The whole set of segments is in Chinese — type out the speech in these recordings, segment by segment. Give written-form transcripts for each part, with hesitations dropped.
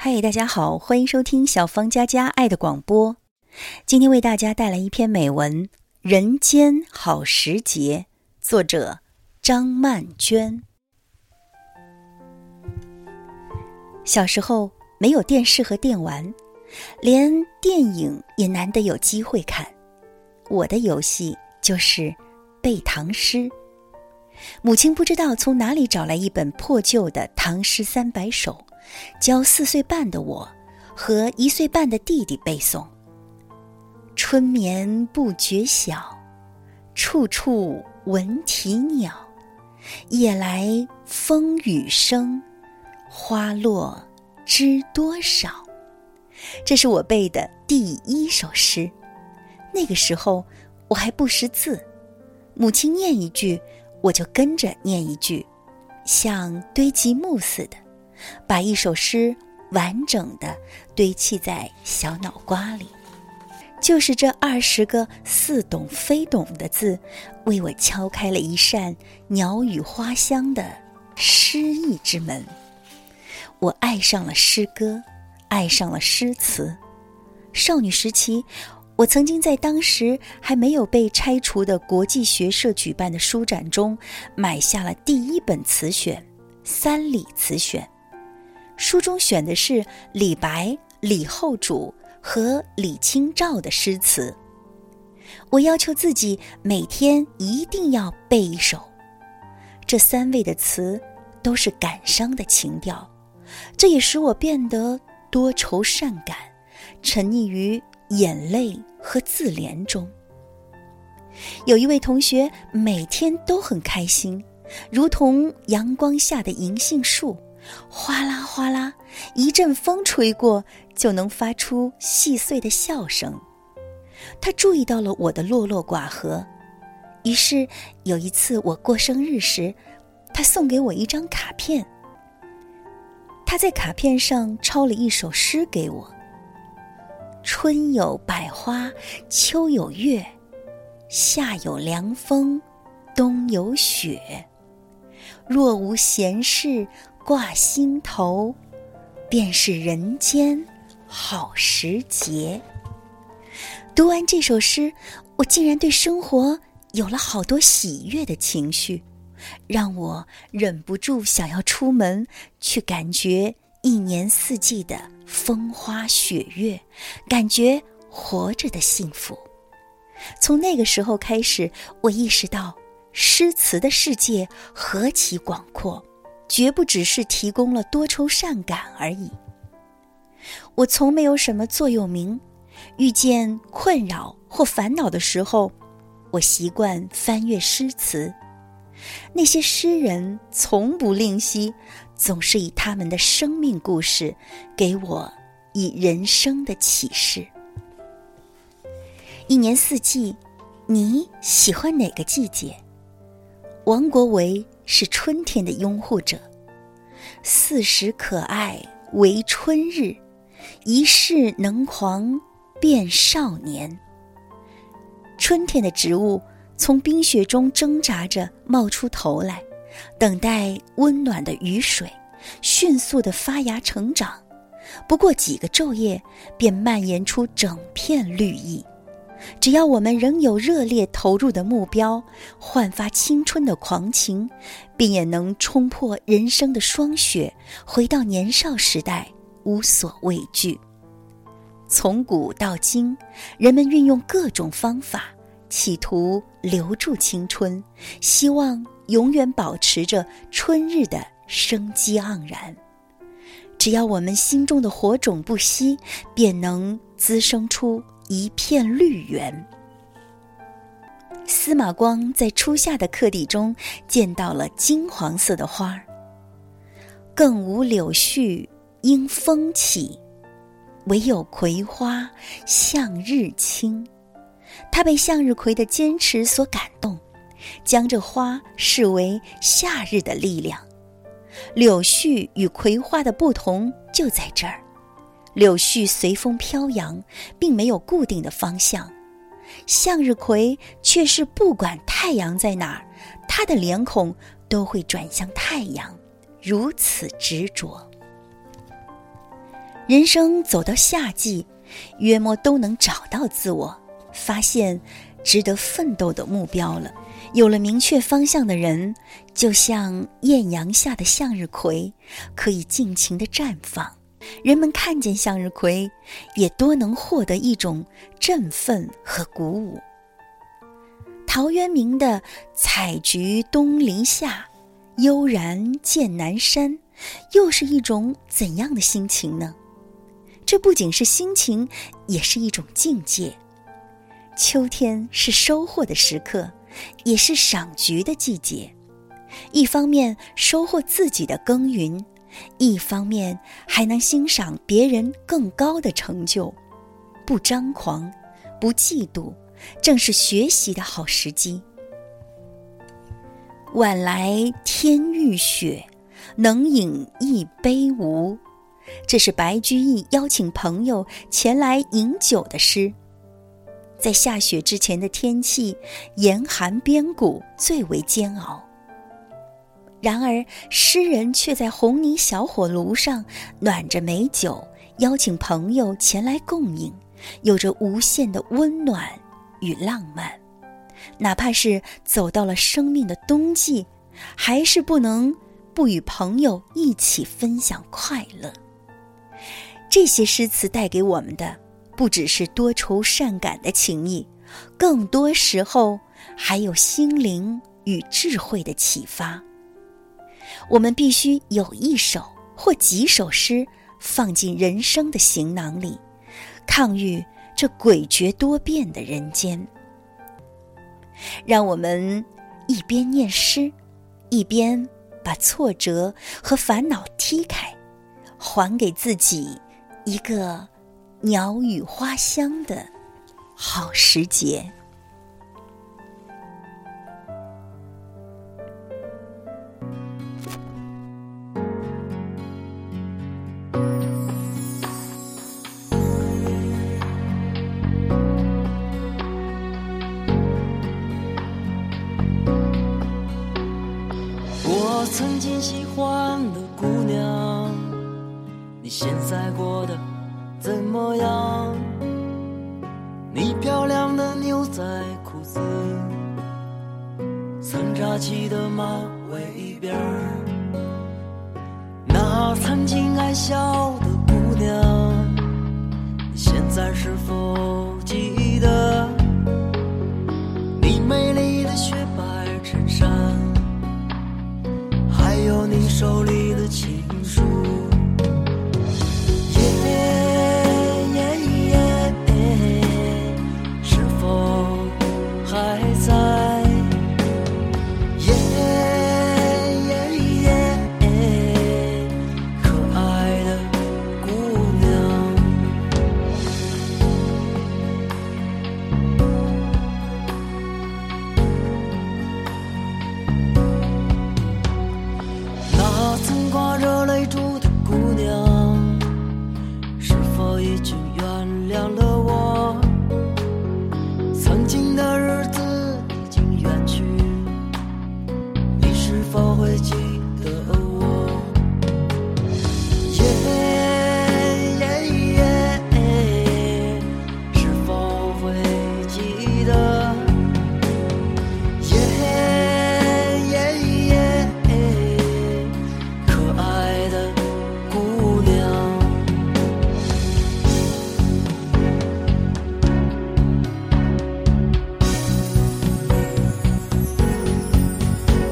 嗨，大家好，欢迎收听小芳佳佳爱的广播。今天为大家带来一篇美文《人间好时节》，作者张曼娟。小时候没有电视和电玩，连电影也难得有机会看。我的游戏就是背唐诗。母亲不知道从哪里找来一本破旧的《唐诗300首》，教4岁半的我和1岁半的弟弟背诵。春眠不觉晓，处处闻啼鸟。夜来风雨声，花落知多少。这是我背的第1首诗。那个时候我还不识字，母亲念一句我就跟着念一句，像堆积木似的，把一首诗完整的堆砌在小脑瓜里。就是这20个似懂非懂的字，为我敲开了一扇鸟语花香的诗意之门。我爱上了诗歌，爱上了诗词。少女时期，我曾经在当时还没有被拆除的国际学社举办的书展中买下了第1本词选《三礼词选》。书中选的是李白、李后主和李清照的诗词。我要求自己每天一定要背一首。这3位的词都是感伤的情调，这也使我变得多愁善感，沉溺于眼泪和自怜中。有一位同学每天都很开心，如同阳光下的银杏树，哗啦哗啦，一阵风吹过就能发出细碎的笑声。他注意到了我的落落寡合，于是有一次我过生日时，他送给我一张卡片。他在卡片上抄了一首诗给我：春有百花，秋有月，夏有凉风，冬有雪。若无闲事挂心头，便是人间好时节。读完这首诗，我竟然对生活有了好多喜悦的情绪，让我忍不住想要出门去感觉一年四季的风花雪月，感觉活着的幸福。从那个时候开始，我意识到诗词的世界何其广阔，绝不只是提供了多愁善感而已。我从没有什么座右铭，遇见困扰或烦恼的时候，我习惯翻阅诗词。那些诗人从不吝惜，总是以他们的生命故事给我以人生的启示。一年四季，你喜欢哪个季节？王国维是春天的拥护者。40可爱为春日，一世能狂变少年。春天的植物从冰雪中挣扎着冒出头来，等待温暖的雨水，迅速地发芽成长，不过几个昼夜便蔓延出整片绿意。只要我们仍有热烈投入的目标，焕发青春的狂情，便也能冲破人生的霜雪，回到年少时代，无所畏惧。从古到今，人们运用各种方法，企图留住青春，希望永远保持着春日的生机盎然。只要我们心中的火种不熄，便能滋生出一片绿园。司马光在初夏的课底中见到了金黄色的花儿。更无柳絮因风起，唯有葵花向日倾。他被向日葵的坚持所感动，将这花视为夏日的力量。柳絮与葵花的不同就在这儿，柳絮随风飘扬，并没有固定的方向，向日葵却是不管太阳在哪儿，它的脸孔都会转向太阳，如此执着。 人生走到夏季，约莫都能找到自我，发现值得奋斗的目标了。有了明确方向的人，就像艳阳下的向日葵，可以尽情地绽放。人们看见向日葵，也多能获得一种振奋和鼓舞。陶渊明的采菊东篱下，悠然见南山，又是一种怎样的心情呢？这不仅是心情，也是一种境界。秋天是收获的时刻，也是赏菊的季节。一方面收获自己的耕耘，一方面还能欣赏别人更高的成就。不张狂，不嫉妒，正是学习的好时机。晚来天欲雪，能饮一杯无。这是白居易邀请朋友前来饮酒的诗。在下雪之前的天气，严寒边谷最为煎熬。然而诗人却在红泥小火炉上暖着美酒，邀请朋友前来共饮，有着无限的温暖与浪漫。哪怕是走到了生命的冬季，还是不能不与朋友一起分享快乐。这些诗词带给我们的不只是多愁善感的情谊，更多时候还有心灵与智慧的启发。我们必须有一首或几首诗放进人生的行囊里，抗御这诡谲多变的人间。让我们一边念诗，一边把挫折和烦恼踢开，还给自己一个鸟语花香的好时节。 我曾经喜欢的姑娘，你现在过得怎么样？你漂亮的牛仔裤子，曾扎起的马尾辫儿，那曾经爱笑的姑娘，你现在是否记得？你美丽的雪白衬衫，还有你手里的情书。是否还在？可爱的姑娘。那曾挂着泪珠的姑娘，是否已经原谅了我？曾经的日子已经远去，你是否会记得我？是否会记得？可爱的姑娘。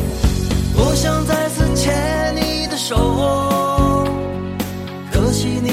我想再次牵你的手，可惜你